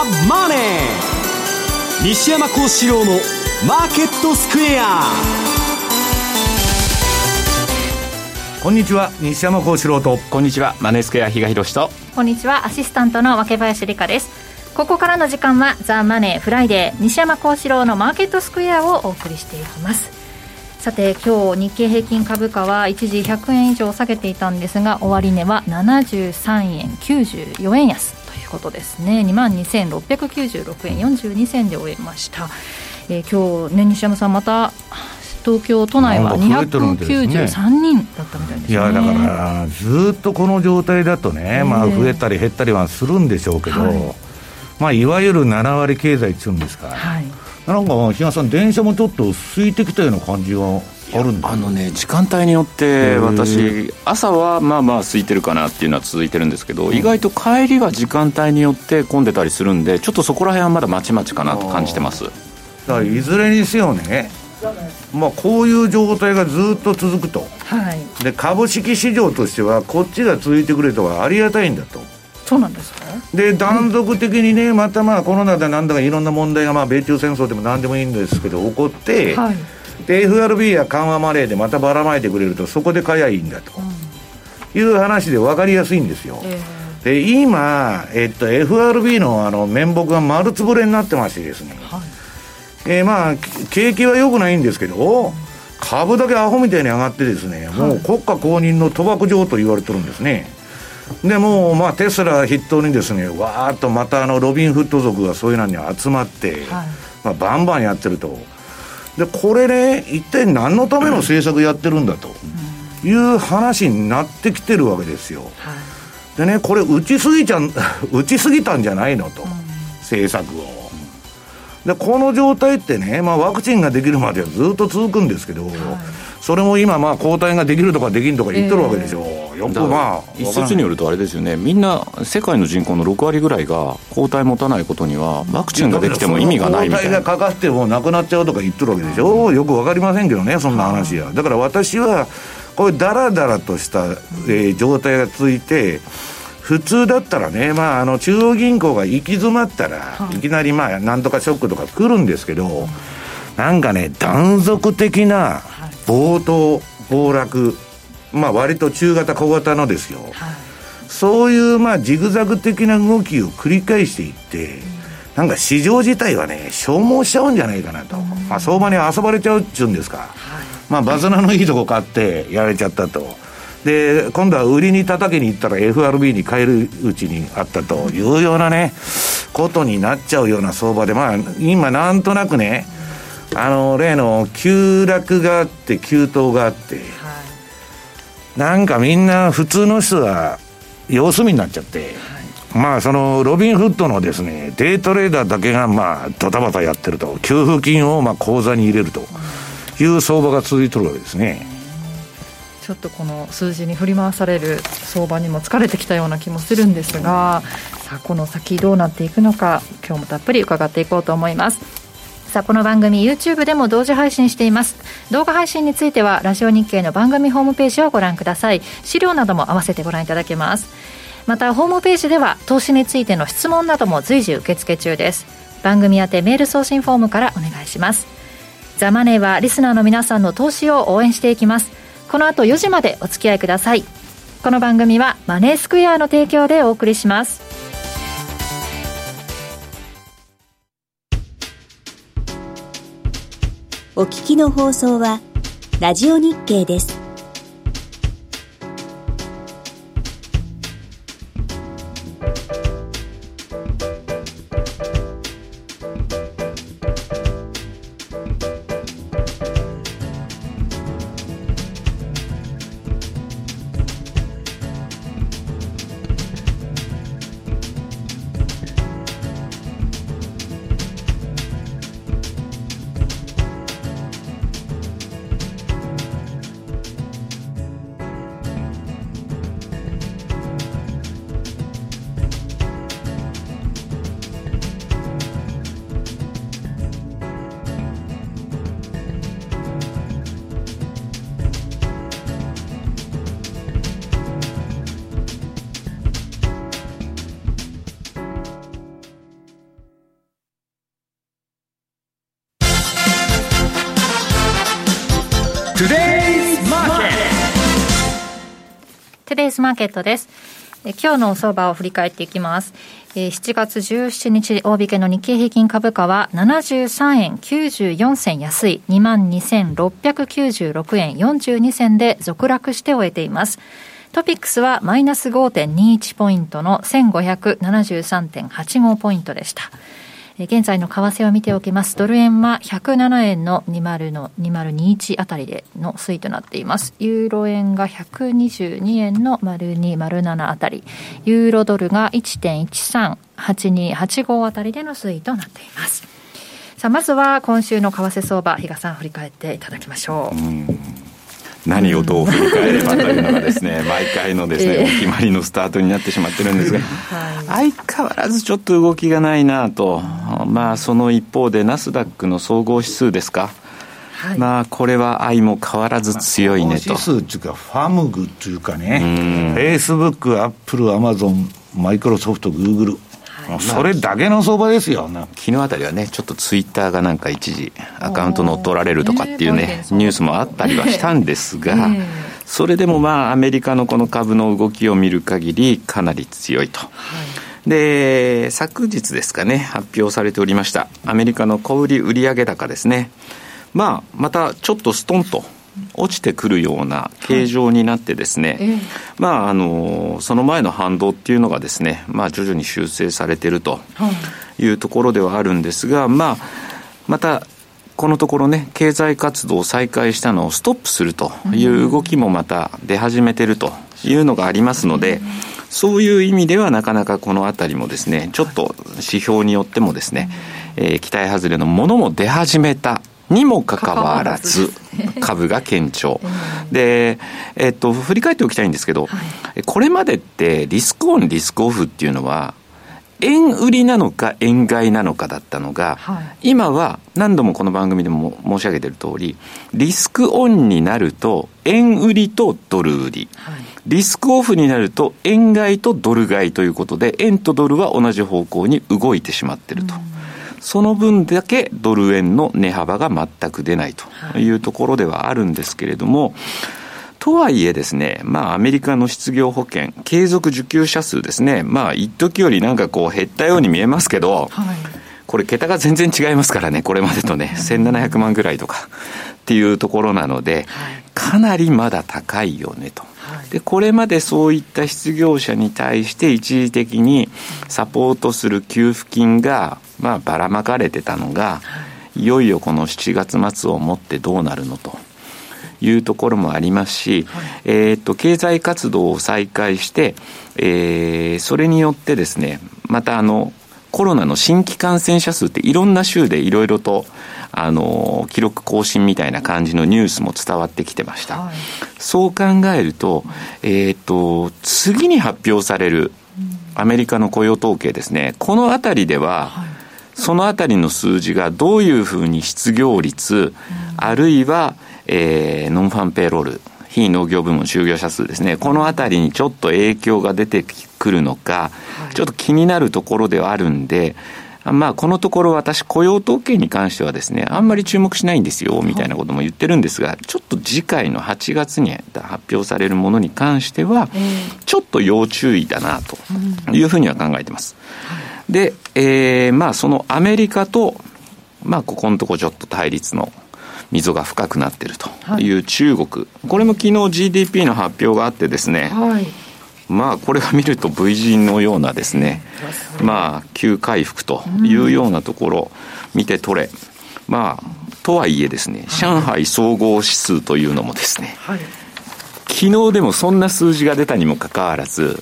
マネー。西山孝四郎のマーケットスクエア。 こんにちは、西山孝四郎と。 こんにちは、マネースクエア比嘉宏と。 こんにちは、アシスタントの若林理香です。ここからの時間はザ・マネーフライデー、西山孝四郎のマーケットスクエアをお送りしていきます。さて、今日日経平均株価は一時100円以上下げていたんですが、終値は73円94円安ということですね。 22,696 円42銭で終えました。今日ね、西山さん、また東京都内は293人だったみたいですね。 いや、だからずっとこの状態だとね、増えたり減ったりはするんでしょうけど、いわゆる7割経済っていうんですか、なんか比嘉さん、電車もちょっと空いてきたような感じがあるんだ。 時間帯によって私朝はまあまあ空いてるかなっていうのは続いてるんですけど、意外と帰りは時間帯によって混んでたりするんで、ちょっとそこら辺はまだまちまちかなと感じてます。 だからいずれにせよね、こういう状態がずっと続くと、で株式市場としてはこっちが続いてくれとはありがたいんだと。 そうなんですか。 で断続的にね、またコロナだなんだかいろんな問題が米中戦争でも何でもいいんですけど起こって、で FRB や緩和マネーでまたばらまいてくれると、そこで買えばいいんだという話で分かりやすいんですよ。で今、FRB の面目が丸つぶれになってましてですね、景気は良くないんですけど、株だけアホみたいに上がってですね、もう国家公認の賭博場と言われてるんですね。でもうテスラ筆頭にですね、わーっとまたロビンフット族がそういうのに集まって、バンバンやってると。でこれね、一体何のための政策やってるんだという話になってきてるわけですよ。でね、これ打ちすぎたんじゃないのと、政策を。でこの状態ってね、ワクチンができるまではずっと続くんですけど、それも今抗体ができるとかできんとか言ってるわけでしょ。よく一説によるとあれですよね、みんな世界の人口の6割ぐらいが抗体持たないことにはワクチンができても意味がないみたいな。 抗体がかかってもなくなっちゃうとか言ってるわけでしょ。よくわかりませんけどね、そんな話は。だから私はこういうダラダラとした、状態が続いて、普通だったらね、中央銀行が行き詰まったら、いきなりなんとかショックとか来るんですけど、なんかね、断続的な暴騰暴落、割と中型小型のですよ、そういうジグザグ的な動きを繰り返していって、なんか市場自体はね消耗しちゃうんじゃないかなと、相場に遊ばれちゃうっていうんですか、バズナのいいとこ買ってやられちゃったと。で今度は売りに叩きに行ったら FRB に買えるうちにあったというようなねことになっちゃうような相場で、今なんとなくね、例の急落があって急騰があって、なんかみんな普通の人は様子見になっちゃって、そのロビンフットのですねデイトレーダーだけがドタバタやってると、給付金を口座に入れるという相場が続いてるわけですね。 ちょっとこの数字に振り回される相場にも疲れてきたような気もするんですが、さあこの先どうなっていくのか、今日もたっぷり伺っていこうと思います。さあこの番組 YouTube でも同時配信しています。動画配信についてはラジオ日経の番組ホームページをご覧ください。資料なども合わせてご覧いただけます。またホームページでは投資についての質問なども随時受付中です。番組宛てメール送信フォームからお願いします。ザ・マネーはリスナーの皆さんの投資を応援していきます。この後4時までお付き合いください。この番組はマネースクエアの提供でお送りします。 お聞きの放送はラジオ日経です。 Today's Marketです。今日の相場を振り返っていきます。7月17日大引けの日経平均株価は73円94銭安い 22,696 円42銭で続落して終えています。トピックスはマイナス 5.21 ポイントの 1573.85 ポイントでした。現在の為替を見ておきます。ドル円は107円の20の2021あたりでの推移となっています。ユーロ円が122円の0207あたり、ユーロドルが 1.138285 あたりでの推移となっています。さあ、まずは今週の為替相場、比嘉さん振り返っていただきましょう。 何をどう振り返ればというのがですね、毎回のですね、お決まりのスタートになってしまってるんですが、相変わらずちょっと動きがないなと。まあその一方でナスダックの総合指数ですか、まあこれは相も変わらず強いねと。 指数っていうかファムグっていうかね、フェイスブック、アップル、アマゾン、マイクロソフト、グーグル、それだけの相場ですよ。 昨日あたりはね、ちょっとツイッターがなんか一時アカウント乗っ取られるとかっていうね、ニュースもあったりはしたんですが、それでもまあアメリカのこの株の動きを見る限りかなり強いと。で、昨日ですかね、発表されておりましたアメリカの小売売上高ですね。まあまたちょっとストンと落ちてくるような形状になってですね、まあその前の反動っていうのがですね、まあ徐々に修正されているというところではあるんですが、まあまたこのところね、経済活動を再開したのをストップするという動きもまた出始めているというのがありますので、そういう意味ではなかなかこのあたりもですね、ちょっと指標によってもですね、期待外れのものも出始めたにもかかわらず株が堅調で、振り返っておきたいんですけど、これまでってリスクオンリスクオフっていうのは円売りなのか円買いなのかだったのが、今は何度もこの番組でも申し上げている通り、リスクオンになると円売りとドル売り、リスクオフになると円買いとドル買いということで、円とドルは同じ方向に動いてしまっていると。その分だけドル円の値幅が全く出ないというところではあるんですけれども、とはいえですね、まあアメリカの失業保険継続受給者数ですね、まあ一時よりなんかこう減ったように見えますけど、これ桁が全然違いますからね、これまでとね、1700万ぐらいとかっていうところなので、かなりまだ高いよねと。で、これまでそういった失業者に対して一時的にサポートする給付金がまあばらまかれてたのが、いよいよこの7月末をもってどうなるのというところもありますし、経済活動を再開して、それによってですね、またコロナの新規感染者数っていろんな州でいろいろと記録更新みたいな感じのニュースも伝わってきてました。そう考えると、次に発表されるアメリカの雇用統計ですね、このあたりでは、そのあたりの数字がどういうふうに失業率、あるいは、ノンファンペイロール、非農業部門就業者数ですね、このあたりにちょっと影響が出てくるのか、ちょっと気になるところではあるんで、まあこのところ私雇用統計に関してはですね、あんまり注目しないんですよみたいなことも言ってるんですが、ちょっと次回の8月に発表されるものに関してはちょっと要注意だなというふうには考えてます。で、まあそのアメリカとまあここのところちょっと対立の溝が深くなっているという中国、これも昨日 GDP の発表があってですね、まあこれを見ると V 字のようなですね、まあ急回復というようなところ見て取れ、まあとはいえですね、上海総合指数というのもですね、昨日でもそんな数字が出たにもかかわらず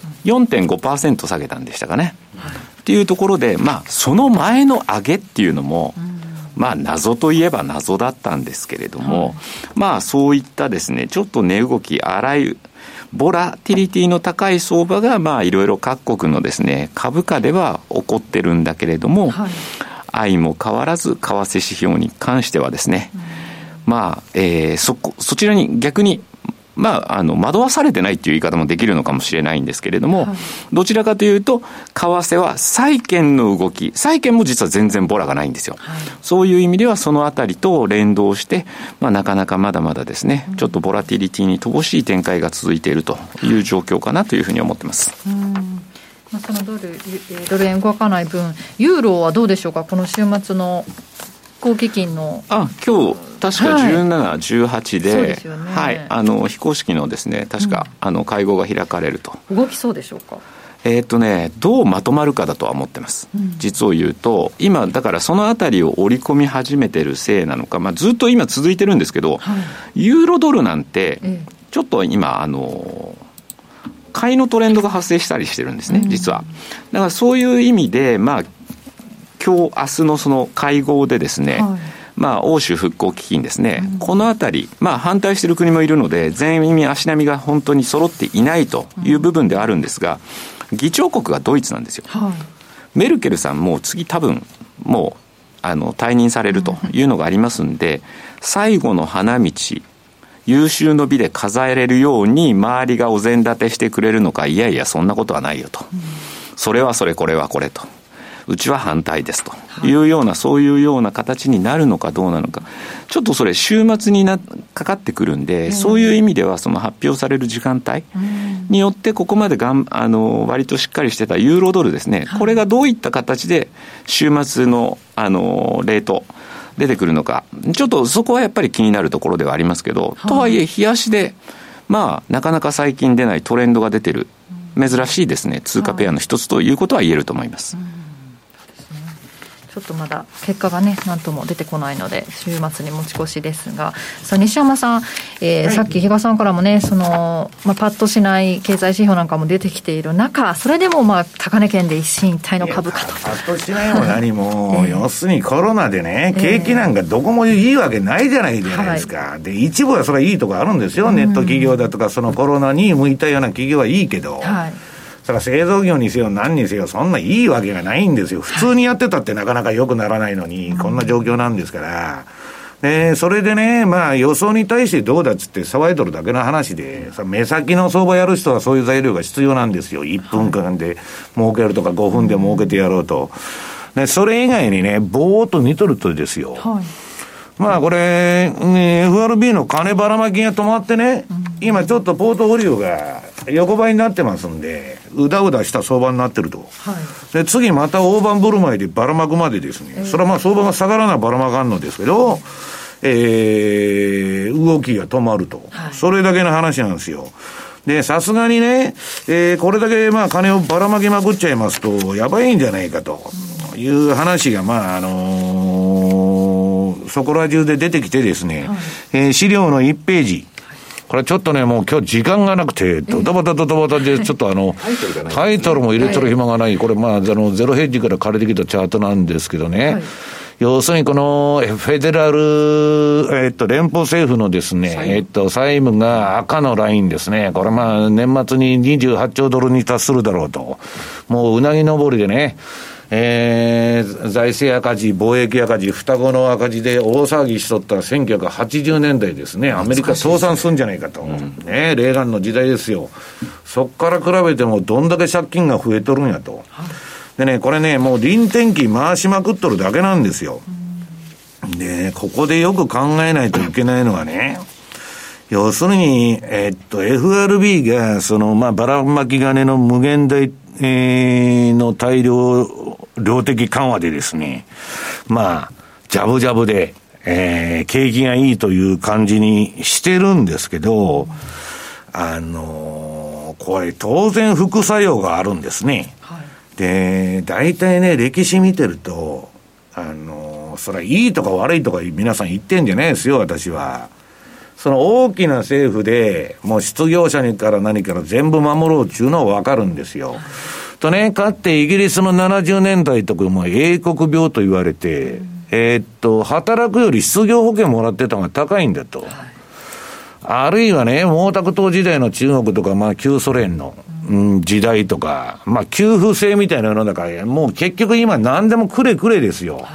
4.5% 下げたんでしたかね、っていうところで、まあその前の上げっていうのもまあ謎といえば謎だったんですけれども、まあそういったですね、ちょっと値動き荒いボラティリティの高い相場がまあいろいろ各国のですね株価では起こってるんだけれども、相も変わらず為替指標に関してはですね、まあ、そちらに逆に惑わされてないっていう言い方もできるのかもしれないんですけれども、どちらかというと、為替は債券の動き、債券も実は全然ボラがないんですよ。そういう意味ではそのあたりと連動して、なかなかまだまだですね、ちょっとボラティリティに乏しい展開が続いているという状況かなというふうに思ってます。 そのドル円動かない分、ユーロはどうでしょうか、この週末の公基金の今日確か17、18で、 そうですよね、 非公式のですね、確か、会合が開かれると。 動きそうでしょうか。 どうまとまるかだとは思ってます、実を言うと、今だからそのあたりを織り込み始めてるせいなのか、ずっと今続いてるんですけど、ユーロドルなんてちょっと今買いのトレンドが発生したりしてるんですね、実は。だからそういう意味で、今日明日のその会合でですね、欧州復興基金ですね、このあたり、反対している国もいるので、全員足並みが本当に揃っていないという部分ではあるんですが、議長国がドイツなんですよ。メルケルさんも次多分もう退任されるというのがありますんで、最後の花道、有終の美で飾れるように周りがお膳立てしてくれるのか、いやいやそんなことはないよと、それはそれ、これはこれと、うちは反対ですというような、そういうような形になるのかどうなのか、ちょっとそれ週末にかかってくるんで、そういう意味ではその発表される時間帯によって、ここまで割としっかりしてたユーロドルですね、これがどういった形で週末のレート出てくるのか、ちょっとそこはやっぱり気になるところではありますけど、とはいえ冷やしでなかなか最近出ないトレンドが出てる珍しいですね、通貨ペアの一つということは言えると思います。 ちょっとまだ結果がね何とも出てこないので週末に持ち越しですが、西山さん、さっき比嘉さんからもね、パッとしない経済指標なんかも出てきている中、それでも高値圏で一進一退の株価と。 パッとしないも何も、要するにコロナでね、景気なんかどこもいいわけないじゃないですか、で一部はそれはいいとこあるんですよ、ネット企業だとか、そのコロナに向いたような企業はいいけど、だから製造業にせよ何にせよそんないいわけがないんですよ。普通にやってたってなかなか良くならないのに、こんな状況なんですから。それでね、予想に対してどうだっつって騒いどるだけの話で、目先の相場やる人はそういう材料が必要なんですよ。1分間で儲けるとか5分で儲けてやろうと。それ以外にね、ぼーっと見とるとですよ。これ、FRB の金ばらまきが止まってね、今ちょっとポートフォリオが横ばいになってますんで、うだうだした相場になってると。で、次また大盤振る舞いでばらまくまでですね、それは相場が下がらないばらまかんのですけど、動きが止まると。それだけの話なんですよ。で、さすがにね、これだけ金をばらまきまくっちゃいますと、やばいんじゃないかという話が、そこら中で出てきてですね、資料の1ページ。これちょっとね、もう今日時間がなくて、ドタバタで、ちょっとタイトルも入れとる暇がない。これゼロヘッジから借りてきたチャートなんですけどね。要するにこのフェデラル、連邦政府のですね、債務が赤のラインですね。これ年末に28兆ドルに達するだろうと。もううなぎ登りでね。財政赤字、貿易赤字、双子の赤字で大騒ぎしとった1980年代ですね。アメリカ倒産するんじゃないかと。レーガンの時代ですよ。そっから比べてもどんだけ借金が増えとるんやと。でね、これね、もう臨転機回しまくっとるだけなんですよ。で、ここでよく考えないといけないのはね、要するに、FRB が、ばらまき金の無限大、の大量的緩和でですね、ジャブジャブで、景気がいいという感じにしてるんですけど、これ当然副作用があるんですね。で、大体ね、歴史見てると、それはいいとか悪いとか皆さん言ってんじゃないですよ、私は。その大きな政府で、もう失業者にから何から全部守ろうっていうのはわかるんですよ。とね、かってイギリスの70年代とかも英国病と言われて、働くより失業保険もらってたのが高いんだと。あるいはね、毛沢東時代の中国とか、旧ソ連の、時代とか、給付制みたいなのだから、もう結局今何でもくれくれですよ。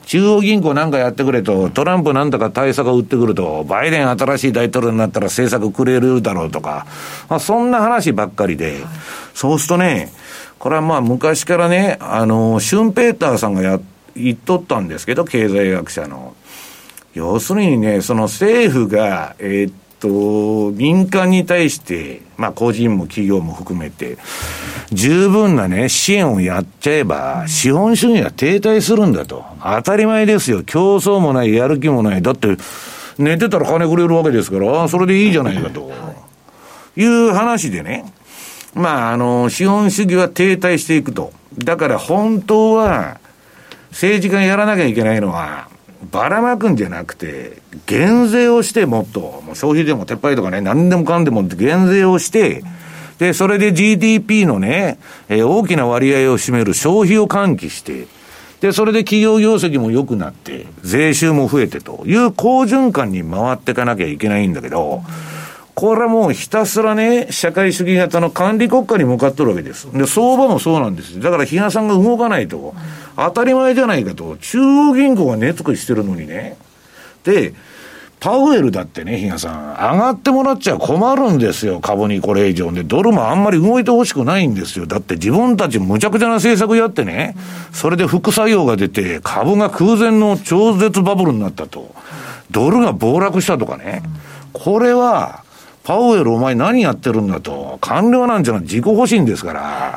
中央銀行なんかやってくれと、トランプなんだか対策を打ってくると、バイデン新しい大統領になったら政策くれるだろうとか、まあ、そんな話ばっかりで、そうするとね、これはまあ昔からね、シュンペーターさんが言っとったんですけど、経済学者の。要するにね、その政府が、民間に対して、まあ個人も企業も含めて、十分なね、支援をやっちゃえば、資本主義は停滞するんだと。当たり前ですよ。競争もない、やる気もない。だって、寝てたら金くれるわけですから、それでいいじゃないかと。いう話でね。まあ、資本主義は停滞していくと。だから本当は、政治家がやらなきゃいけないのは、ばらまくんじゃなくて、減税をしてもっと、もう消費税も撤廃とかね、何でもかんでも減税をして、で、それで GDP のね、大きな割合を占める消費を喚起して、で、それで企業業績も良くなって、税収も増えてという好循環に回っていかなきゃいけないんだけど、これはもうひたすらね、社会主義型の管理国家に向かってるわけです。で、相場もそうなんです。だから比嘉さんが動かないと、当たり前じゃないかと、中央銀行が熱くしてるのにね。で、パウエルだってね、比嘉さん、上がってもらっちゃ困るんですよ、株にこれ以上で。ドルもあんまり動いてほしくないんですよ。だって自分たちむちゃくちゃな政策やってね、それで副作用が出て、株が空前の超絶バブルになったと。ドルが暴落したとかね。これは、パウエルお前何やってるんだと。官僚なんじゃない自己保身ですから。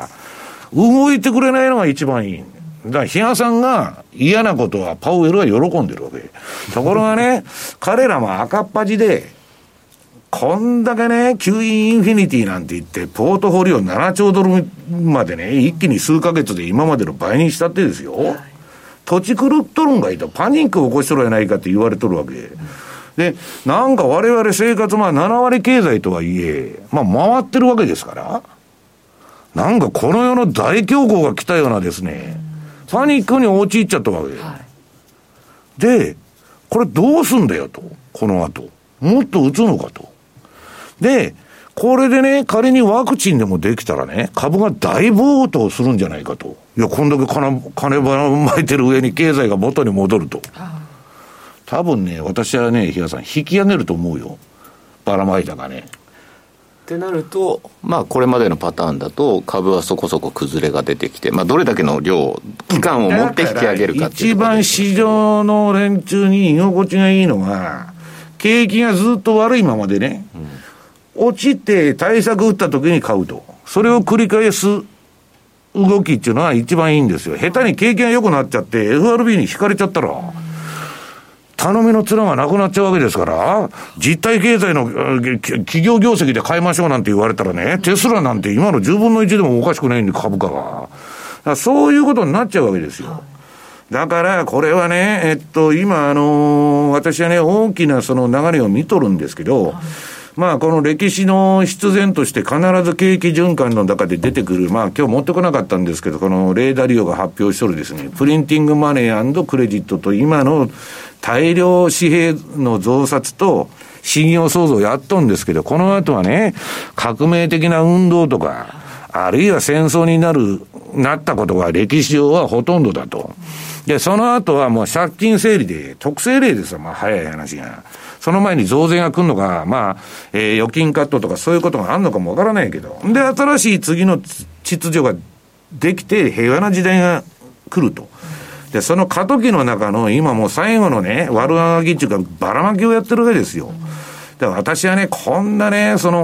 動いてくれないのが一番いい。だから比嘉さんが嫌なことはパウエルは喜んでるわけ。ところがね、彼らも赤っ端で、こんだけね、QE インフィニティなんて言って、ポートフォリオ7兆ドルまでね、一気に数ヶ月で今までの倍にしたってですよ。土地狂っとるんがいと、パニックを起こしとるやないかって言われとるわけ。で、なんか我々生活、まあ7割経済とはいえ、まあ回ってるわけですから、なんかこの世の大恐慌が来たようなですね、パニックに陥っちゃったわけ。で、これどうすんだよと、この後。もっと打つのかと。で、これでね、仮にワクチンでもできたらね、株が大暴騰するんじゃないかと。いや、こんだけ金ばらまいてる上に経済が元に戻ると。多分ね、私はね、比嘉さん、引き上げると思うよ。ばらまいたがね。 ってなると、まあ、これまでのパターンだと、株はそこそこ崩れが出てきて、まあ、どれだけの量、期間を持って引き上げるかっていうところで、一番市場の連中に居心地がいいのは、景気がずっと悪いままでね、落ちて対策打った時に買うと。それを繰り返す動きっていうのは一番いいんですよ。下手に景気が良くなっちゃって、FRB に引かれちゃったら、頼みの綱がなくなっちゃうわけですから、実体経済の企業業績で買いましょうなんて言われたらね、テスラなんて今の10分の1でもおかしくないんで株価が。だからそういうことになっちゃうわけですよ。だからこれはね、今私はね、大きなその流れを見とるんですけど、まあこの歴史の必然として必ず景気循環の中で出てくる、まあ今日持ってこなかったんですけど、このレーダリオが発表しとるですね、プリンティングマネー&クレジットと今の大量紙幣の増刷と信用創造をやっとんですけど、この後はね、革命的な運動とか、あるいは戦争になったことが歴史上はほとんどだと。で、その後はもう借金整理で、特性例ですよ、まあ早い話が。その前に増税が来るのか、まあ、預金カットとかそういうことがあるのかもわからないけど。で、新しい次の秩序ができて平和な時代が来ると。で、その過渡期の中の今もう最後のね、悪あがきっていうかばらまきをやってるわけですよ。だから私はね、こんなね、緩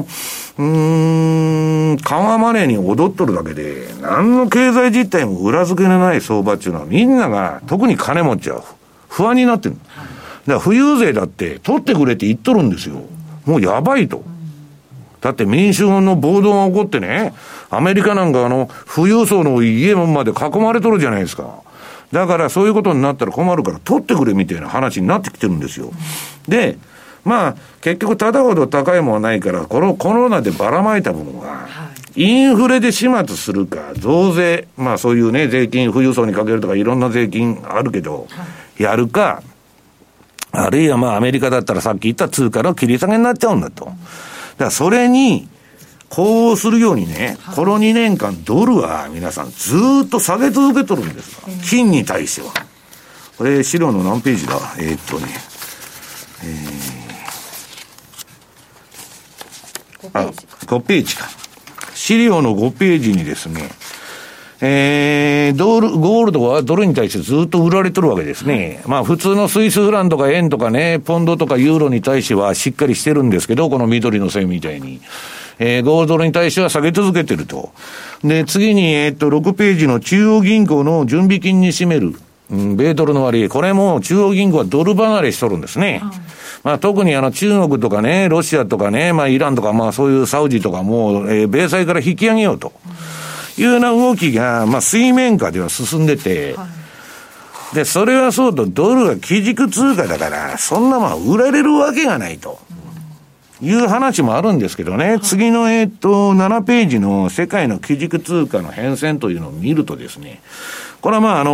和マネーに踊っとるだけで、何の経済実態も裏付けのない相場っていうのはみんなが、特に金持ちは不安になってる。だから富裕税だって取ってくれって言っとるんですよ。もうやばいと。だって民衆の暴動が起こってね、アメリカなんか富裕層の家まで囲まれとるじゃないですか。だからそういうことになったら困るから取ってくれみたいな話になってきてるんですよ。で、まあ結局ただほど高いものはないから、このコロナでばらまいたものが、インフレで始末するか、増税、まあそういうね、税金富裕層にかけるとかいろんな税金あるけど、やるか、あるいはまあアメリカだったらさっき言った通貨の切り下げになっちゃうんだと。だからそれに呼応するようにね、この2年間ドルは皆さんずーっと下げ続けとるんです。金に対しては。 これ資料の何ページだ5ページか。資料の5ページにですね、ゴールドはドルに対してずっと売られてるわけですね。まあ普通のスイスフランとか円とかね、ポンドとかユーロに対してはしっかりしてるんですけど、この緑の線みたいに。ゴールドに対しては下げ続けてると。で、次に、6ページの中央銀行の準備金に占める、米ドルの割合。これも中央銀行はドル離れしとるんですね。まあ特に中国とかね、ロシアとかね、まあイランとか、まあそういうサウジとかも、米債から引き上げようと。いうような動きが、まあ、水面下では進んでて、はい、で、それはそうと、ドルが基軸通貨だから、そんなまあ、売られるわけがないと、いう話もあるんですけどね、はい、次の7ページの世界の基軸通貨の変遷というのを見るとですね、これはまあ、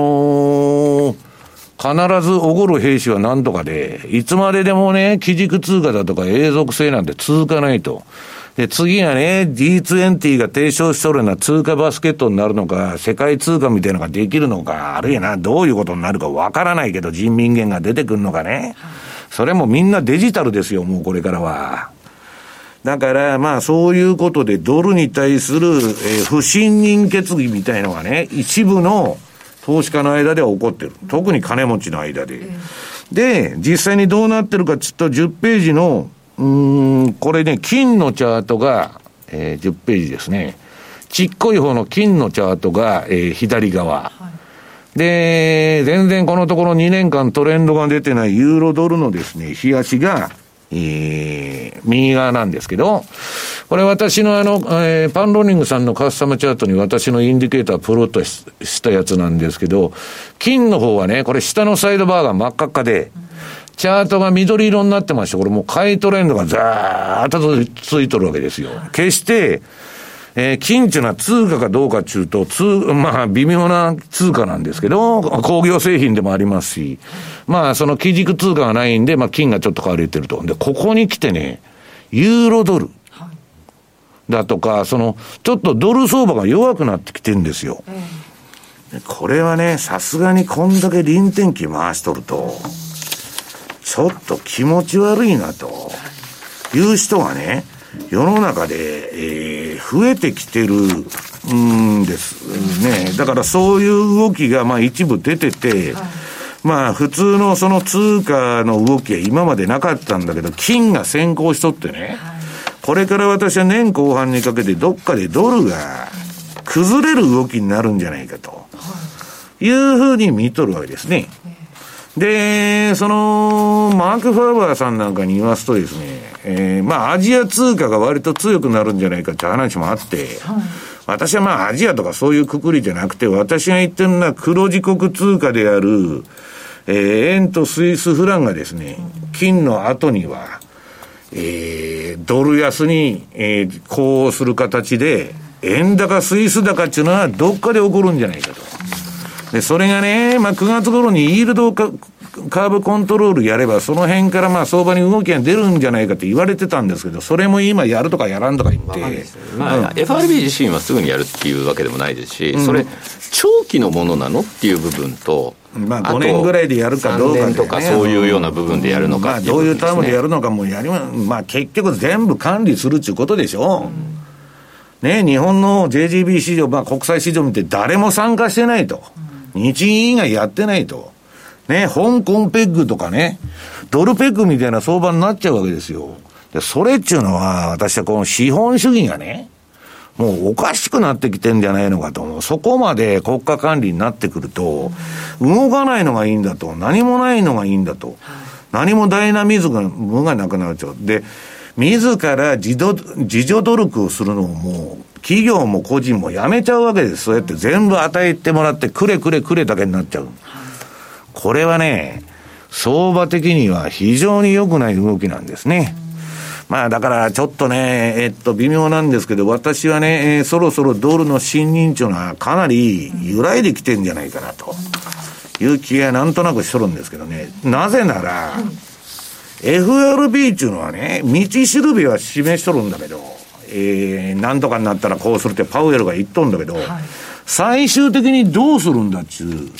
必ずおごる兵士は何とかで、いつまででもね、基軸通貨だとか永続性なんて続かないと。で、次がね、G20 が提唱しとるような通貨バスケットになるのか、世界通貨みたいなのができるのか、あるいはどういうことになるかわからないけど、人民元が出てくるのかね。それもみんなデジタルですよ、もうこれからは。だから、まあそういうことでドルに対する、不信任決議みたいのがね、一部の投資家の間では起こってる。特に金持ちの間で。で、実際にどうなってるかちょっと10ページのこれね、金のチャートが、10ページですね。ちっこい方の金のチャートが、左側、はい。で、全然このところ2年間トレンドが出てないユーロドルのですね、日足が、右側なんですけど、これ私のパンローニングさんのカスタムチャートに私のインディケータープロットしたやつなんですけど、金の方はね、これ下のサイドバーが真っ赤っかで、チャートが緑色になってまして、これもう買いトレンドがザーッとついとるわけですよ。決して、金っていうのは通貨かどうかっていうと、まあ微妙な通貨なんですけど、工業製品でもありますし、まあその基軸通貨がないんで、まあ金がちょっと買われてると。で、ここに来てね、ユーロドルだとか、ちょっとドル相場が弱くなってきてるんですよ。これはね、さすがにこんだけ臨転機回しとると、ちょっと気持ち悪いなという人がね、世の中で、増えてきてるんですね。だからそういう動きがまあ一部出てて、まあ普通のその通貨の動きは今までなかったんだけど、金が先行しとってね、これから私は年後半にかけてどっかでドルが崩れる動きになるんじゃないかというふうに見とるわけですね。で、マーク・ファーバーさんなんかに言わすとですね、まあ、アジア通貨が割と強くなるんじゃないかって話もあって、私はまあ、アジアとかそういうくくりじゃなくて、私が言ってるのは黒字国通貨である、円とスイスフランがですね、金の後には、ドル安に、呼応する形で、円高スイス高っていうのはどっかで起こるんじゃないかと。で、それがね、まあ、9月頃にイールドカーブコントロールやれば、その辺からまあ、相場に動きが出るんじゃないかって言われてたんですけど、それも今やるとかやらんとか言って。 まあ、FRB 自身はすぐにやるっていうわけでもないですし、それ、長期のものなのっていう部分と、 まあ、5年ぐらいでやるかどうか、ね、 3年とかそういうような部分でやるのかっていう、 まあ、どういうタームでやるのかもまあ、結局全部管理するっていうことでしょ。ね、日本の JGB 市場、まあ、国際市場見て誰も参加してないと。日銀以外やってないと。ね、香港ペッグとかね、ドルペッグみたいな相場になっちゃうわけですよ。で、それっていうのは、私はこの資本主義がね、もうおかしくなってきてんじゃないのかと思う。そこまで国家管理になってくると、動かないのがいいんだと、何もないのがいいんだと、何もダイナミズムがなくなっちゃう。で、自ら自助努力をするのをもう、企業も個人もやめちゃうわけです。そうやって全部与えてもらって、くれだけになっちゃう。これはね、相場的には非常に良くない動きなんですね。まあだからちょっとね、微妙なんですけど、私はね、そろそろドルの信任というのはかなり揺らいできてんじゃないかなという気がなんとなくしとるんですけどね。なぜなら、FRB っていうのはね、道しるべは示しとるんだけど、なんとかになったらこうするってパウエルが言っとんだけど、最終的にどうするんだっていう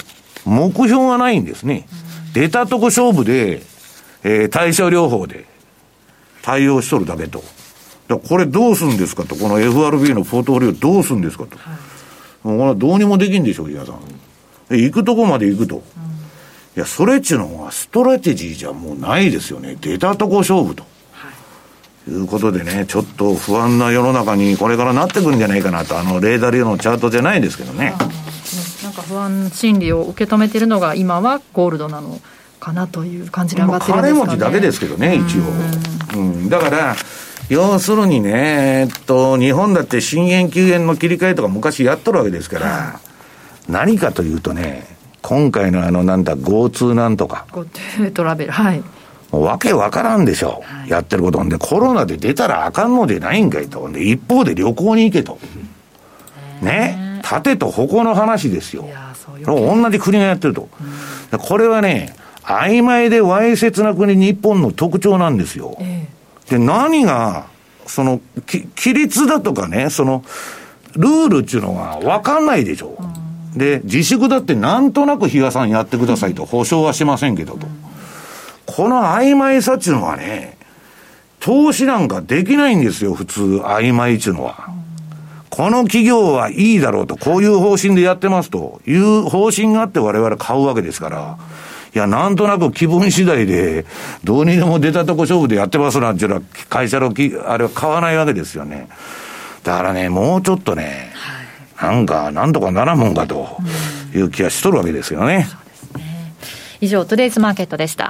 目標がないんですね。出たとこ勝負で、対症療法で対応しとるだけと。だからこれどうするんですかと、この FRB のポートフォリオどうするんですかと。もうこれはどうにもできんでしょう、皆さん。行くとこまで行くと。いや、それっちゅうのはストラテジーじゃもうないですよね。出たとこ勝負と。いうことでね、ちょっと不安な世の中にこれからなってくるんじゃないかなと、レーダー流のチャートじゃないですけどね。 なんか不安心理を受け止めているのが今はゴールドなのかなという感じで上がってるんですかね。 金持ちだけですけどね、一応。だから、要するにね、日本だって新円旧円の切り替えとか昔やっとるわけですから、何かというとね、今回のGoTo なんとか。 GoTo トラベル、はい。 わけわからんでしょ、やってることんで、コロナで出たらあかんのでないんかいと。で、一方で旅行に行けと。ね。盾と矛の話ですよ。同じ国がやってると。これはね、曖昧でわいせつな国日本の特徴なんですよ。で、何が、規律だとかね、ルールっていうのがわかんないでしょ。で、自粛だってなんとなく比嘉さんやってくださいと、保証はしませんけどと。この曖昧さっていうのはね、投資なんかできないんですよ、普通、曖昧っていうのは。この企業はいいだろうと、こういう方針でやってますという方針があって我々買うわけですから、いや、なんとなく気分次第で、どうにでも出たとこ勝負でやってますなんていうのは、会社のあれは買わないわけですよね。だからね、もうちょっとね、なんとかならんもんかという気がしとるわけですよね。 そうですね。以上、トゥデイズマーケットでした。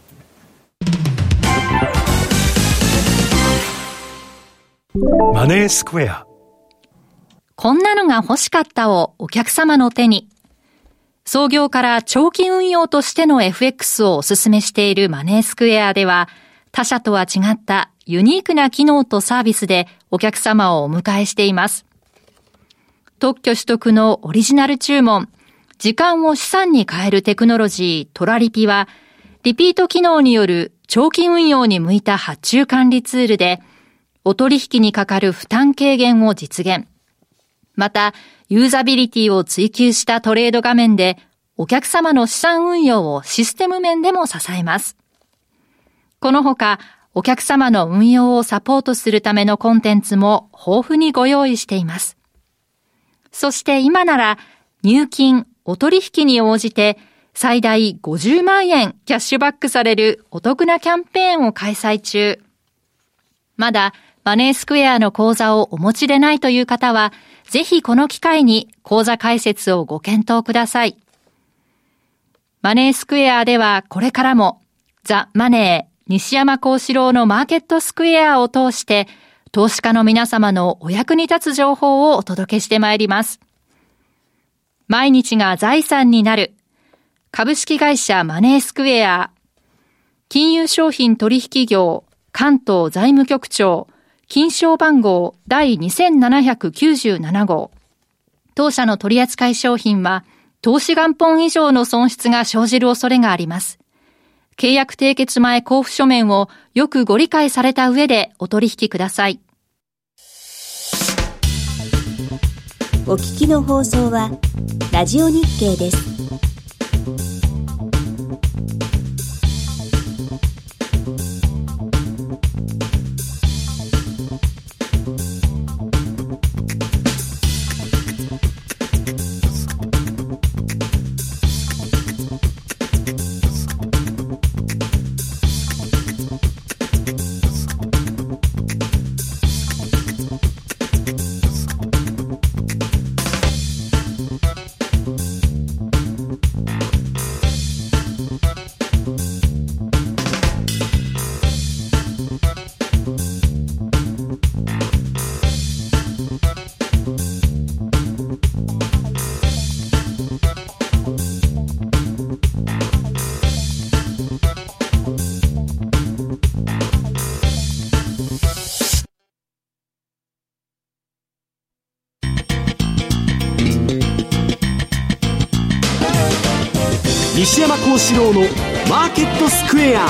マネースクエア。 こんなのが欲しかったをお客様の手に。創業から長期運用としての FX をお勧めしているマネースクエアでは、他社とは違ったユニークな機能とサービスでお客様をお迎えしています。特許取得のオリジナル注文、時間を資産に変えるテクノロジートラリピは、リピート機能による長期運用に向いた発注管理ツールで、お取引にかかる負担軽減を実現。また、ユーザビリティを追求したトレード画面で、お客様の資産運用をシステム面でも支えます。このほか、お客様の運用をサポートするためのコンテンツも豊富にご用意しています。そして今なら、入金、お取引に応じて、最大50万円キャッシュバックされるお得なキャンペーンを開催中。まだ、マネースクエアの口座をお持ちでないという方は、ぜひこの機会に口座開設をご検討ください。マネースクエアではこれからも、ザ・マネー、西山幸四郎のマーケットスクエアを通して、投資家の皆様のお役に立つ情報をお届けしてまいります。毎日が財産になる。株式会社マネースクエア。金融商品取引業、関東財務局長。金賞番号第2797号。当社の取扱商品は、投資元本以上の損失が生じる恐れがあります。契約締結前交付書面をよくご理解された上でお取引ください。 お聞きの放送は、ラジオ日経です。 西山幸四郎のマーケットスクエア。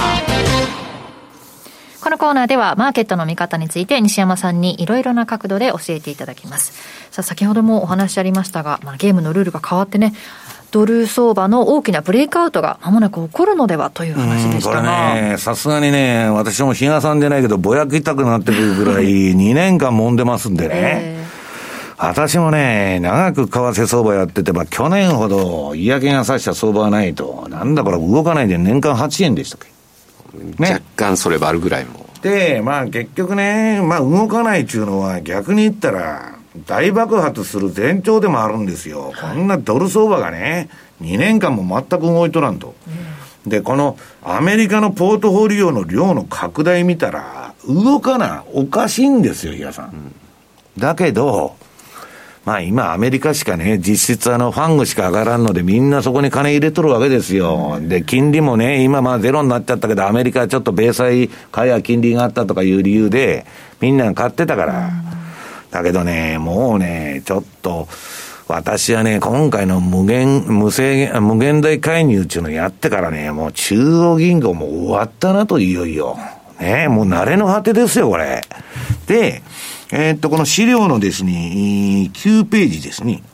このコーナーではマーケットの見方について西山さんにいろいろな角度で教えていただきます。さあ、先ほどもお話ありましたが、ゲームのルールが変わってね、 ドル相場の大きなブレイクアウトが間もなく起こるのではという話でしたが、 これね、さすがにね、私も日傘でないけどぼやきたくなってくるぐらい2年間揉んでますんでね、私もね、長く為替相場やってて、去年ほど嫌気がさした相場はないと、なんだこれ動かないで年間8円でしたっけ、 ね、若干それはあるぐらいもで、結局ね、動かないっていうのは逆に言ったら大爆発する前兆でもあるんですよ。こんなドル相場がね、2年間も全く動いとらんと。で、このアメリカのポートフォリオの量の拡大見たら、動かな、おかしいんですよ、皆さん。だけど、今アメリカしかね、実質ファングしか上がらんのでみんなそこに金入れとるわけですよ。で、金利もね、今ゼロになっちゃったけど、アメリカはちょっと米債買いや金利があったとかいう理由で、みんな買ってたから。だけどね、もうね、ちょっと、私はね、今回の無限大介入っていうのやってからね、もう中央銀行も終わったなと、いよいよ。ね、もう慣れの果てですよ、これ。で、この資料のですね、9ページですね。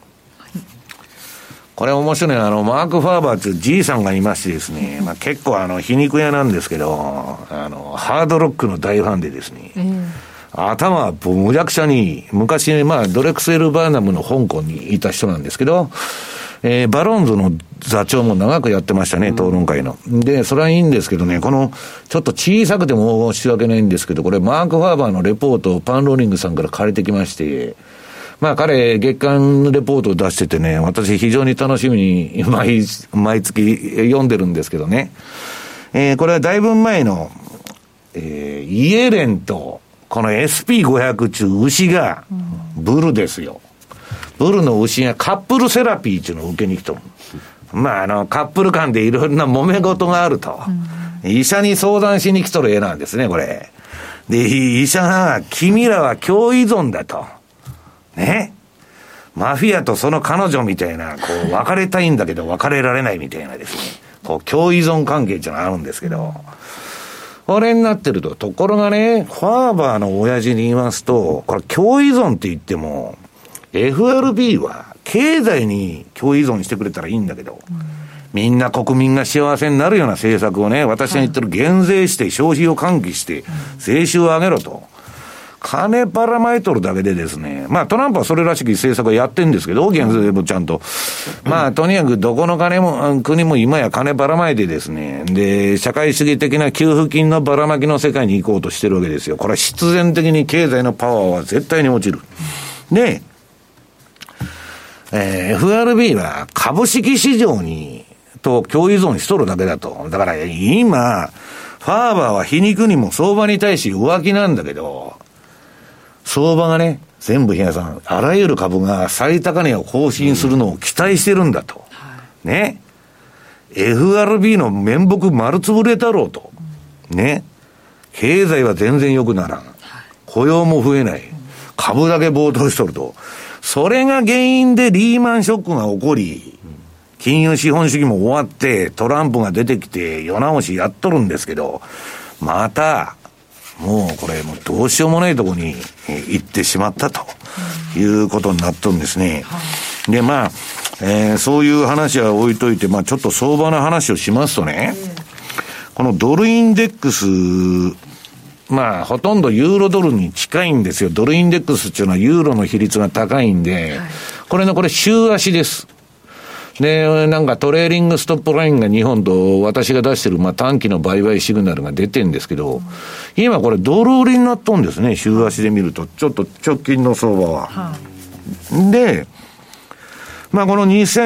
これ面白いマーク・ファーバーというじいさんがいましてですね、結構皮肉屋なんですけど、ハードロックの大ファンでですね、頭はむちゃくちゃに、昔、ドレクセル・バーナムの香港にいた人なんですけど、バロンズの座長も長くやってましたね、討論会の。で、それはいいんですけどね、ちょっと小さくても申し訳ないんですけど、これマーク・ファーバーのレポートをパンローリングさんから借りてきまして、彼、月間レポートを出しててね、私非常に楽しみに毎月読んでるんですけどね。これはだいぶ前の、イエレンと、この SP500 中牛が、ブルですよ。ブルの牛がカップルセラピーっていうのを受けに来とる。カップル間でいろいろな揉め事があると。医者に相談しに来とる絵なんですね、これ。で、医者が、君らは共依存だと。ね。マフィアとその彼女みたいな、別れたいんだけど別れられないみたいなですね。共依存関係っていうのがあるんですけど。これになってると。ところがね、ファーバーの親父に言いますと、これ共依存って言っても、FRB は経済に共依存してくれたらいいんだけど、みんな国民が幸せになるような政策をね、私が言ってる減税して消費を喚起して税収を上げろと。金ばらまいとるだけでですね、トランプはそれらしき政策をやってんですけど、減税もちゃんと。とにかくどこの国も今や金ばらまいてですね、で、社会主義的な給付金のばらまきの世界に行こうとしてるわけですよ。これは必然的に経済のパワーは絶対に落ちる。で、FRB は株式市場と共依存しとるだけだと。だから今、ファーバーは皮肉にも相場に対し浮気なんだけど、相場がね、全部皆さん、あらゆる株が最高値を更新するのを期待してるんだと。ね。FRB の面目丸つぶれたろうと。ね。経済は全然良くならん。雇用も増えない。株だけ暴騰しとると。それが原因でリーマンショックが起こり、金融資本主義も終わって、トランプが出てきて、世直しやっとるんですけど、また、もうこれ、もうどうしようもないところに行ってしまったということになっとるんですね。で、そういう話は置いといて、ちょっと相場の話をしますとね、このドルインデックス、ほとんどユーロドルに近いんですよ。ドルインデックスっていうのはユーロの比率が高いんで、これ週足です。で、トレーリングストップラインが日本と私が出してる、短期の売買シグナルが出てるんですけど、今これドル売りになっとんですね、週足で見ると。ちょっと直近の相場は。で、この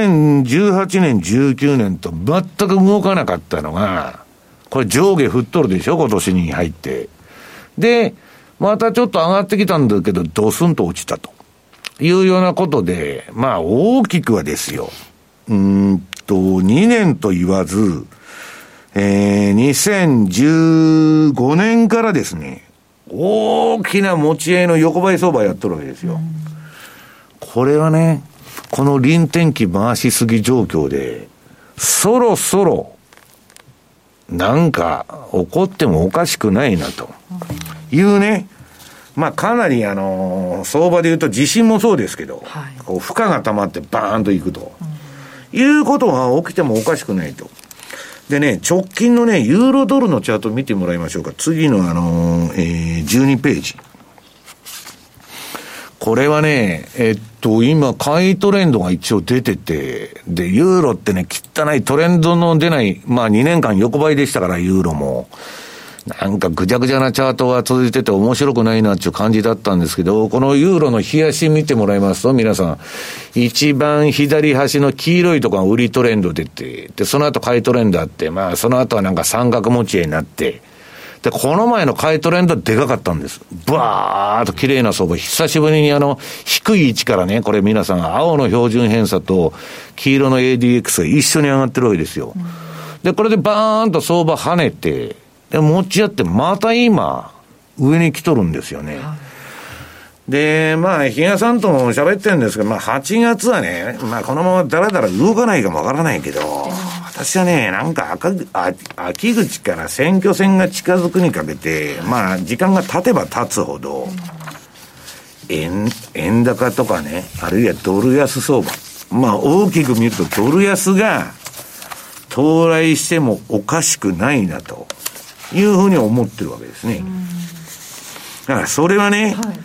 2018年、19年と全く動かなかったのが、これ上下振っとるでしょ、今年に入って。で、またちょっと上がってきたんだけど、ドスンと落ちたというようなことで、大きくはですよ。2年と言わず、2015年からですね、大きな持ち合いの横ばい相場やっとるわけですよ。これはね、この臨転機回しすぎ状況で、そろそろ、起こってもおかしくないなというね、かなり相場で言うと地震もそうですけど、負荷が溜まってバーンといくと。 いうことが起きてもおかしくないと。でね、直近のね、ユーロドルのチャート見てもらいましょうか。次の12ページ。これはね、今、買いトレンドが一応出てて、で、ユーロってね、汚いトレンドの出ない、まあ2年間横ばいでしたから、ユーロも。なんかぐちゃぐちゃなチャートが続いてて面白くないなっていう感じだったんですけど、このユーロの日足見てもらいますと、皆さん、一番左端の黄色いところが売りトレンド出て、で、その後買いトレンドあって、まあその後はなんか三角持ち合いになって、で、この前の買いトレンドはでかかったんです。バーっと綺麗な相場、久しぶりに低い位置からね、これ皆さん、青の標準偏差と黄色の ADX が一緒に上がってるわけですよ。で、これでバーンと相場跳ねて、で、持ち合って、また今、上に来とるんですよね。で、まあ、比嘉さんとも喋ってるんですけど、まあ、8月はね、まあ、このままだらだら動かないかもわからないけど、私はね、なんか秋口から選挙戦が近づくにかけて、まあ、時間が経てば経つほど、円高とかね、あるいはドル安相場。まあ、大きく見ると、ドル安が到来してもおかしくないなと。いうふうに思ってるわけですね。だからそれはね、はい、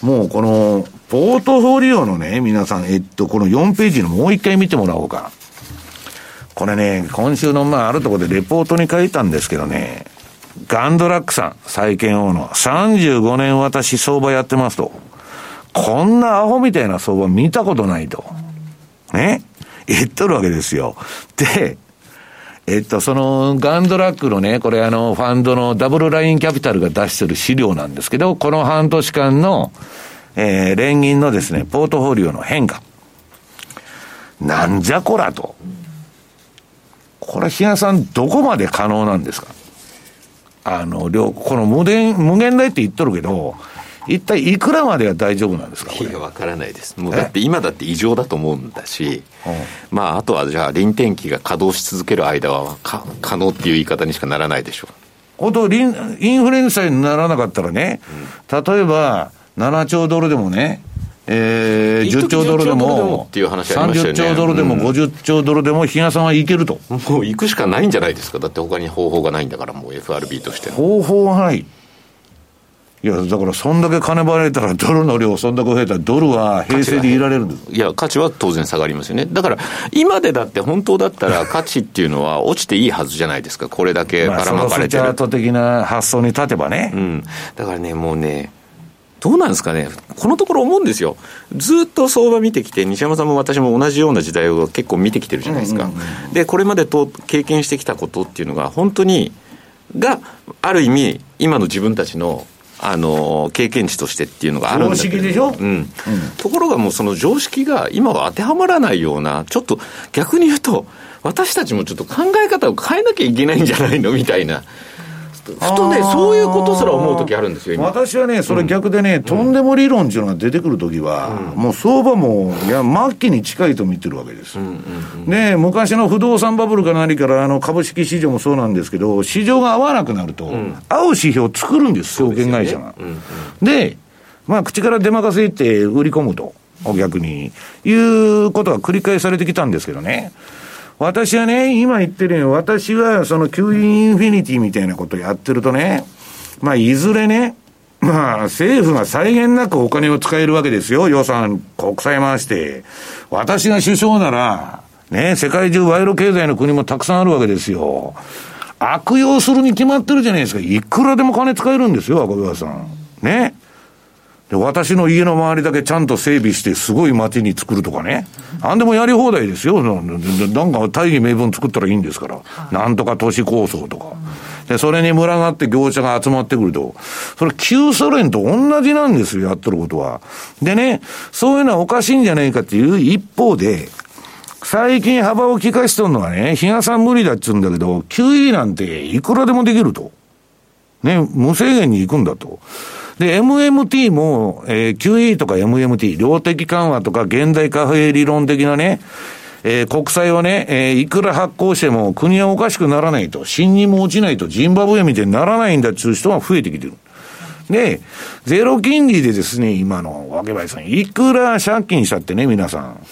もうこのポートフォリオのね、皆さん、この4ページのもう一回見てもらおうか。これね、今週のあるところでレポートに書いたんですけどね、ガンドラックさん、債券王の35年私相場やってますと。こんなアホみたいな相場見たことないと。ね、言っとるわけですよ。で、そのガンドラックのね、これファンドのダブルラインキャピタルが出してる資料なんですけど、この半年間の、連銀のですね、ポートフォリオの変化。なんじゃこらと。これ、比嘉さん、どこまで可能なんですか？この無限大って言っとるけど、一体いくらまでは大丈夫なんですか？ いや、わからないです。もうだって今だって異常だと思うんだし、まああとはじゃあ臨転機が稼働し続ける間は可能っていう言い方にしかならないでしょう。 本当インフルエンサーにならなかったらね、例えば7兆ドルでもね、10兆ドルでもっていう話ありましたよね。 30兆ドルでも50兆ドルでも比嘉さんはいけると。 もう行くしかないんじゃないですか。だって他に方法がないんだから、もう FRB として方法はない。いや、だからそんだけ金払われたらドルの量そんだけ増えたらドルは平成でいられるんです。 いや、価値は当然下がりますよね。だから今でだって本当だったら価値っていうのは落ちていいはずじゃないですか。これだけばらまかれてる。 チャート的な発想に立てばね。 うん。だからね、もうね、どうなんですかね。このところ思うんですよ。ずっと相場見てきて、西山さんも私も同じような時代を結構見てきてるじゃないですか。で、これまでと経験してきたことっていうのが本当にある意味今の自分たちの経験値としてっていうのがあるんだけど、 常識でしょ、 ところがもうその常識が今は当てはまらないような、ちょっと逆に言うと私たちもちょっと考え方を変えなきゃいけないんじゃないのみたいな、ふとね、そういうことすら思う時あるんですよ今。 私はね、それ逆でね、とんでも理論っていうのが出てくるときは、もう相場も末期に近いと見てるわけです。で、昔の不動産バブルか何から株式市場もそうなんですけど、市場が合わなくなると、合う指標を作るんです、証券会社が。で、まあ口から出まかせって売り込むと、逆にいうことが繰り返されてきたんですけどね。私はね、今言ってるように、私はその QE インフィニティみたいなことをやってるとね、まあいずれね、まあ政府が際限なくお金を使えるわけですよ。予算、国債回して。私が首相なら、ね、世界中賄賂経済の国もたくさんあるわけですよ。悪用するに決まってるじゃないですか。いくらでも金使えるんですよ、赤川さん。ね。で、私の家の周りだけちゃんと整備してすごい街に作るとかね。なんでもやり放題ですよ。なんか大義名分作ったらいいんですから。なんとか都市構想とか。で、それに群がって業者が集まってくると。それ旧ソ連と同じなんですよ、やってることは。でね、そういうのはおかしいんじゃないかっていう一方で、最近幅を利かしとるのはね、比嘉さん無理だっつうんだけど、QE なんていくらでもできると。ね、無制限に行くんだと。で、MMT も、QE とか MMT、量的緩和とか現代貨幣理論的なね、国債をね、いくら発行しても国はおかしくならないと、信任も落ちないと、ジンバブエみたいにならないんだっていう人が増えてきてる。で、ゼロ金利でですね、今の、わけばいさん、いくら借金したってね、皆さん。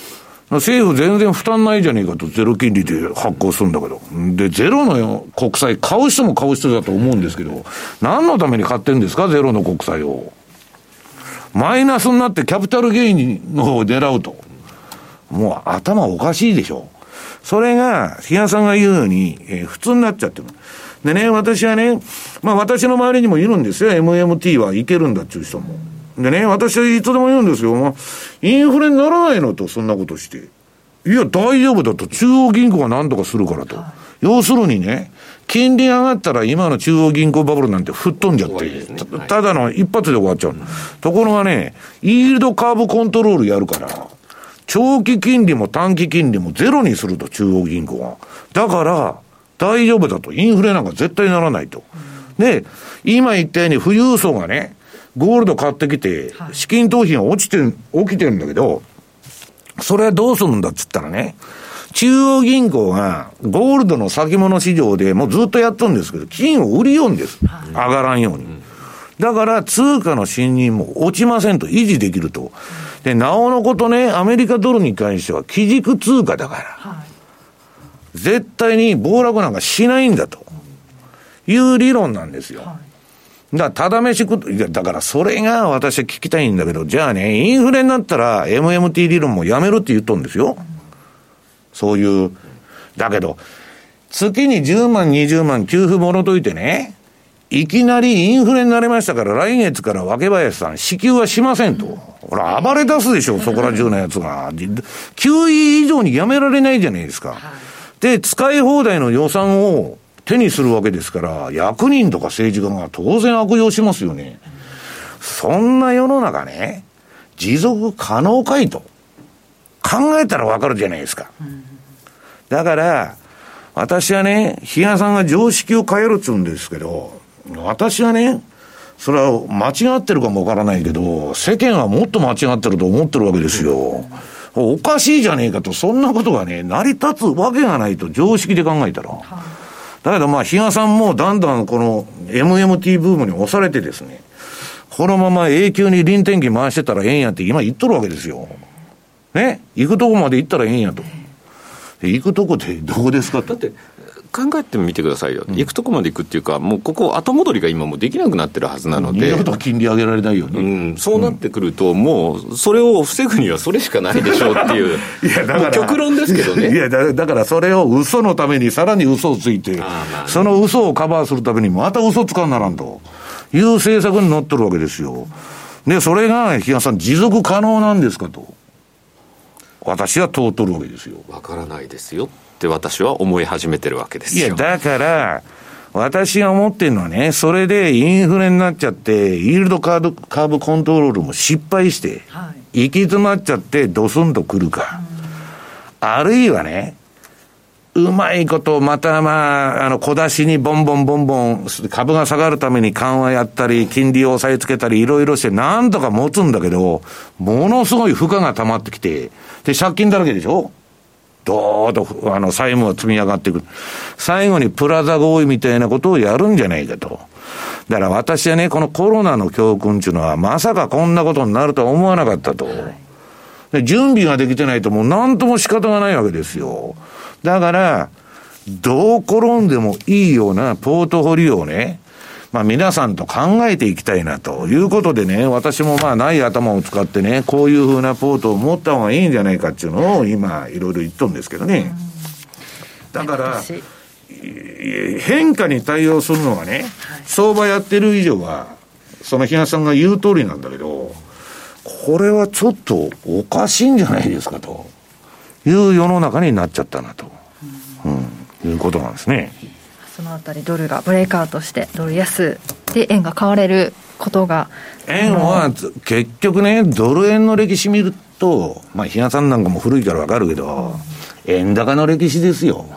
政府全然負担ないじゃねえかと、ゼロ金利で発行するんだけど。で、ゼロの国債買う人も買う人だと思うんですけど、何のために買ってんですか、ゼロの国債を。マイナスになってキャピタルゲインの方を狙うと。もう頭おかしいでしょ。それが、比嘉さんが言うように、普通になっちゃってる。でね、私はね、まあ私の周りにもいるんですよ。MMT はいけるんだっていう人も。でね、私はいつでも言うんですよ。まあ、インフレにならないのと、そんなことして。いや、大丈夫だと。中央銀行が何とかするからと。要するにね、金利上がったら今の中央銀行バブルなんて吹っ飛んじゃって、ね、ただの一発で終わっちゃう。ところがね、イールドカーブコントロールやるから、長期金利も短期金利もゼロにすると、中央銀行が。だから、大丈夫だと。インフレなんか絶対ならないと。で、今言ったように富裕層がね、ゴールド買ってきて、資金逃避が起きてるんだけど、それはどうするんだっつったらね、中央銀行がゴールドの先物市場でもうずっとやっとるんですけど、金を売りようんです。上がらんように。だから通貨の信任も落ちませんと、維持できると。で、なおのことね、アメリカドルに関しては基軸通貨だから、絶対に暴落なんかしないんだという理論なんですよ。だから、ただ飯食う、いや、だからそれが私は聞きたいんだけど、じゃあね、インフレになったら MMT 理論もやめるって言っとるんですよ。そういう。だけど、月に10万、20万給付もろといてね、いきなりインフレになりましたから来月から若林さん支給はしませんと。ほら、暴れ出すでしょ、そこら中のやつが。9位以上にやめられないじゃないですか。で、使い放題の予算を手にするわけですから、役人とか政治家が当然悪用しますよね。そんな世の中ね、持続可能かいと考えたらわかるじゃないですか。だから、私はね、比嘉さんが常識を変えるって言うんですけど、私はね、それは間違ってるかもわからないけど、世間はもっと間違ってると思ってるわけですよ。おかしいじゃねえかと、そんなことがね、成り立つわけがないと、常識で考えたら。だけどまあ、比嘉さんもだんだんこの MMT ブームに押されてですね、このまま永久に臨転機回してたらええんやって今言っとるわけですよ。ね、行くとこまで行ったらええんやと。行くとこってどこですかだって考えてみてくださいよ、行くとこまで行くっていうか、もうここ後戻りが今もうできなくなってるはずなので、 二度と金利上げられないよね、 そうなってくると、もうそれを防ぐにはそれしかないでしょうっていういやだから極論ですけどね。 いやだからそれを嘘のためにさらに嘘をついて、その嘘をカバーするためにまた嘘つかんならんという政策になってるわけですよ。でそれが比嘉さん持続可能なんですかと私は問うとるわけですよ。 わからないですよって私は思い始めてるわけですよ。 いやだから私が思ってるのはね、それでインフレになっちゃってイールドカーブコントロールも失敗して、行き詰まっちゃってドスンとくるか、あるいはねうまいことまた小出しにボンボン株が下がるために緩和やったり金利を押さえつけたりいろいろしてなんとか持つんだけど、ものすごい負荷が溜まってきて、で借金だらけでしょ、どーっと債務が積み上がっていく。最後にプラザ合意みたいなことをやるんじゃないかと。だから私はね、このコロナの教訓っていうのはまさかこんなことになるとは思わなかったと。で準備ができてないともう何とも仕方がないわけですよ。だからどう転んでもいいようなポートフォリオをね、皆さんと考えていきたいなということでね、私もない頭を使ってね、こういうふうなポートを持った方がいいんじゃないかっていうのを今いろいろ言っとるんですけどね。だから変化に対応するのはね、相場やってる以上はその比嘉さんが言う通りなんだけど、これはちょっとおかしいんじゃないですかという世の中になっちゃったなと、いうことなんですね。 そのあたりドルがブレイクアウトしてドル安で円が買われることが、 円は結局ね、ドル円の歴史見ると比嘉さんなんかも古いから分かるけど、円高の歴史ですよ、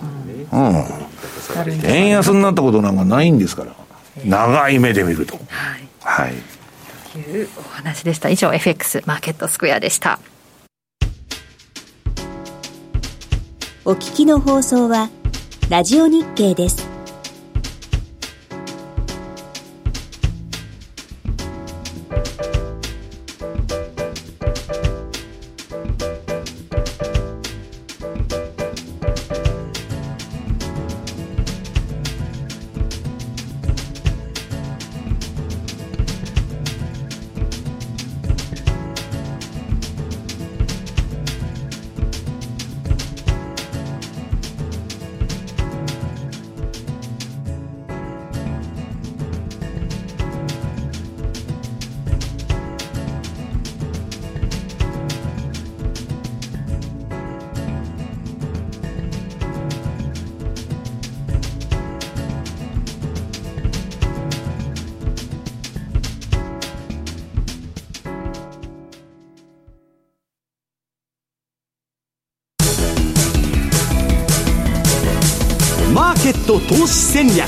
円安になったことなんかないんですから、長い目で見ると、 というお話でした。以上 FX マーケットスクエアでした。 お聞きの放送はラジオ日経です。 ーケット投資戦略。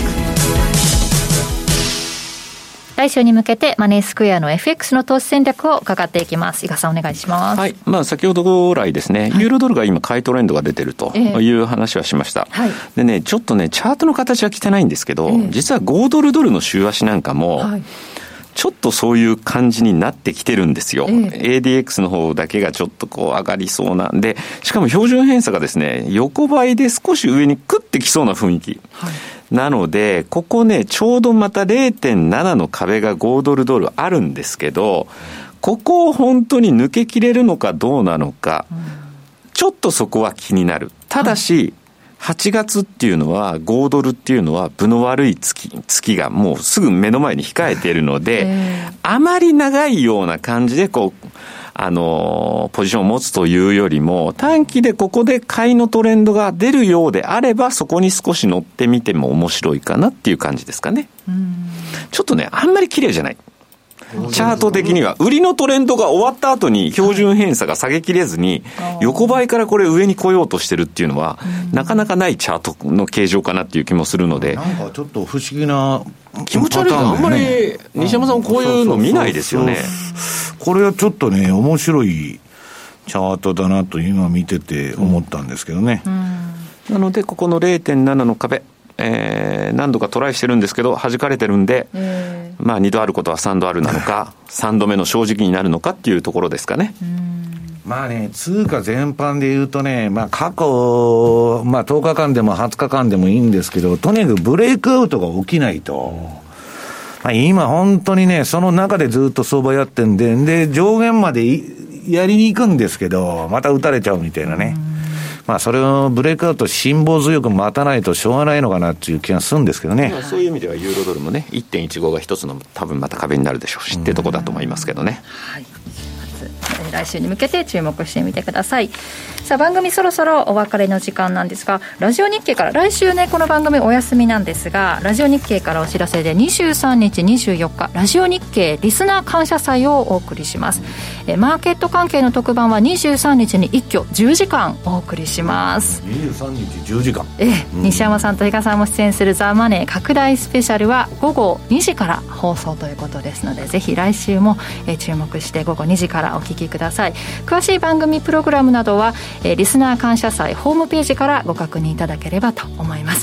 来週に向けてマネースクエアの FX の投資戦略を伺っていきます。伊賀さんお願いします。 はい。先ほど来ですね、ユーロドルが今買いトレンドが出てるという話はしました。 はい。 でね、ちょっとね、チャートの形は汚いんですけど、実は5ドルドルの週足なんかも、ちょっとそういう感じになってきてるんですよ。ADX の方だけがちょっとこう上がりそうなんで、しかも標準偏差がですね、横ばいで少し上にクッてきそうな雰囲気。なので、ここね、ちょうどまた 0.7 の壁が5ドルドルあるんですけど、ここを本当に抜けきれるのかどうなのか、ちょっとそこは気になる。ただし、8月っていうのは、5ドルっていうのは、分の悪い月がもうすぐ目の前に控えているので、あまり長いような感じで、こう、ポジションを持つというよりも、短期でここで買いのトレンドが出るようであれば、そこに少し乗ってみても面白いかなっていう感じですかね。ちょっとね、あんまり綺麗じゃない。チャート的には売りのトレンドが終わった後に標準偏差が下げきれずに横ばいからこれ上に来ようとしてるっていうのはなかなかないチャートの形状かなっていう気もするので、 なんかちょっと不思議な気持ち悪い。あんまり西山さんこういうの見ないですよね。 これはちょっとね面白いチャートだなと今見てて思ったんですけどね。 なのでここの 0.7 の壁、何度かトライしてるんですけど弾かれてるんで、2度あることは3度あるなのか3度目の正直になるのかっていうところですかね。 通貨全般で言うとね、過去、10日間でも20日間でもいいんですけど、とにかくブレイクアウトが起きないと、今本当にね、その中でずっと相場やってんで、上限までやりに行くんですけど、また打たれちゃうみたいなね。それをブレイクアウト辛抱強く待たないとしょうがないのかなっていう気がするんですけどね。 そういう意味ではユーロドルもね 1.15 が一つの多分また壁になるでしょうしっていうところだと思いますけどね。 来週に向けて注目してみてください。さあ番組そろそろお別れの時間なんですが、ラジオ日経から来週ねこの番組お休みなんですが、ラジオ日経からお知らせで23日24日ラジオ日経リスナー感謝祭をお送りします。マーケット関係の特番は23日に一挙10時間お送りします。 23日10時間、 西山さんと比嘉さんも出演するザ・マネー拡大スペシャルは午後2時から放送ということですので、ぜひ来週も注目して午後2時からお聞きください。詳しい番組プログラムなどはリスナー感謝祭ホームページからご確認いただければと思います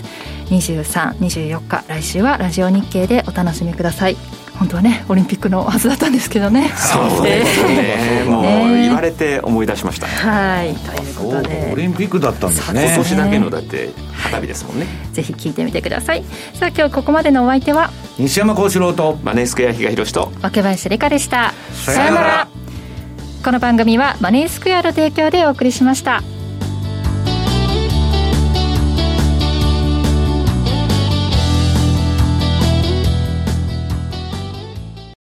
。23、24日来週はラジオ日経でお楽しみください。本当はねオリンピックのはずだったんですけどね。 そうですね、もう言われて思い出しました。 はいということでオリンピックだったんですね。 今年だけのだって花火ですもんね。 ぜひ聞いてみてください。さあ今日ここまでのお相手は西山幸四郎とマネースクエア比嘉宏と若林理香でした。 さよなら。 この番組はマネースクエアの提供でお送りしました。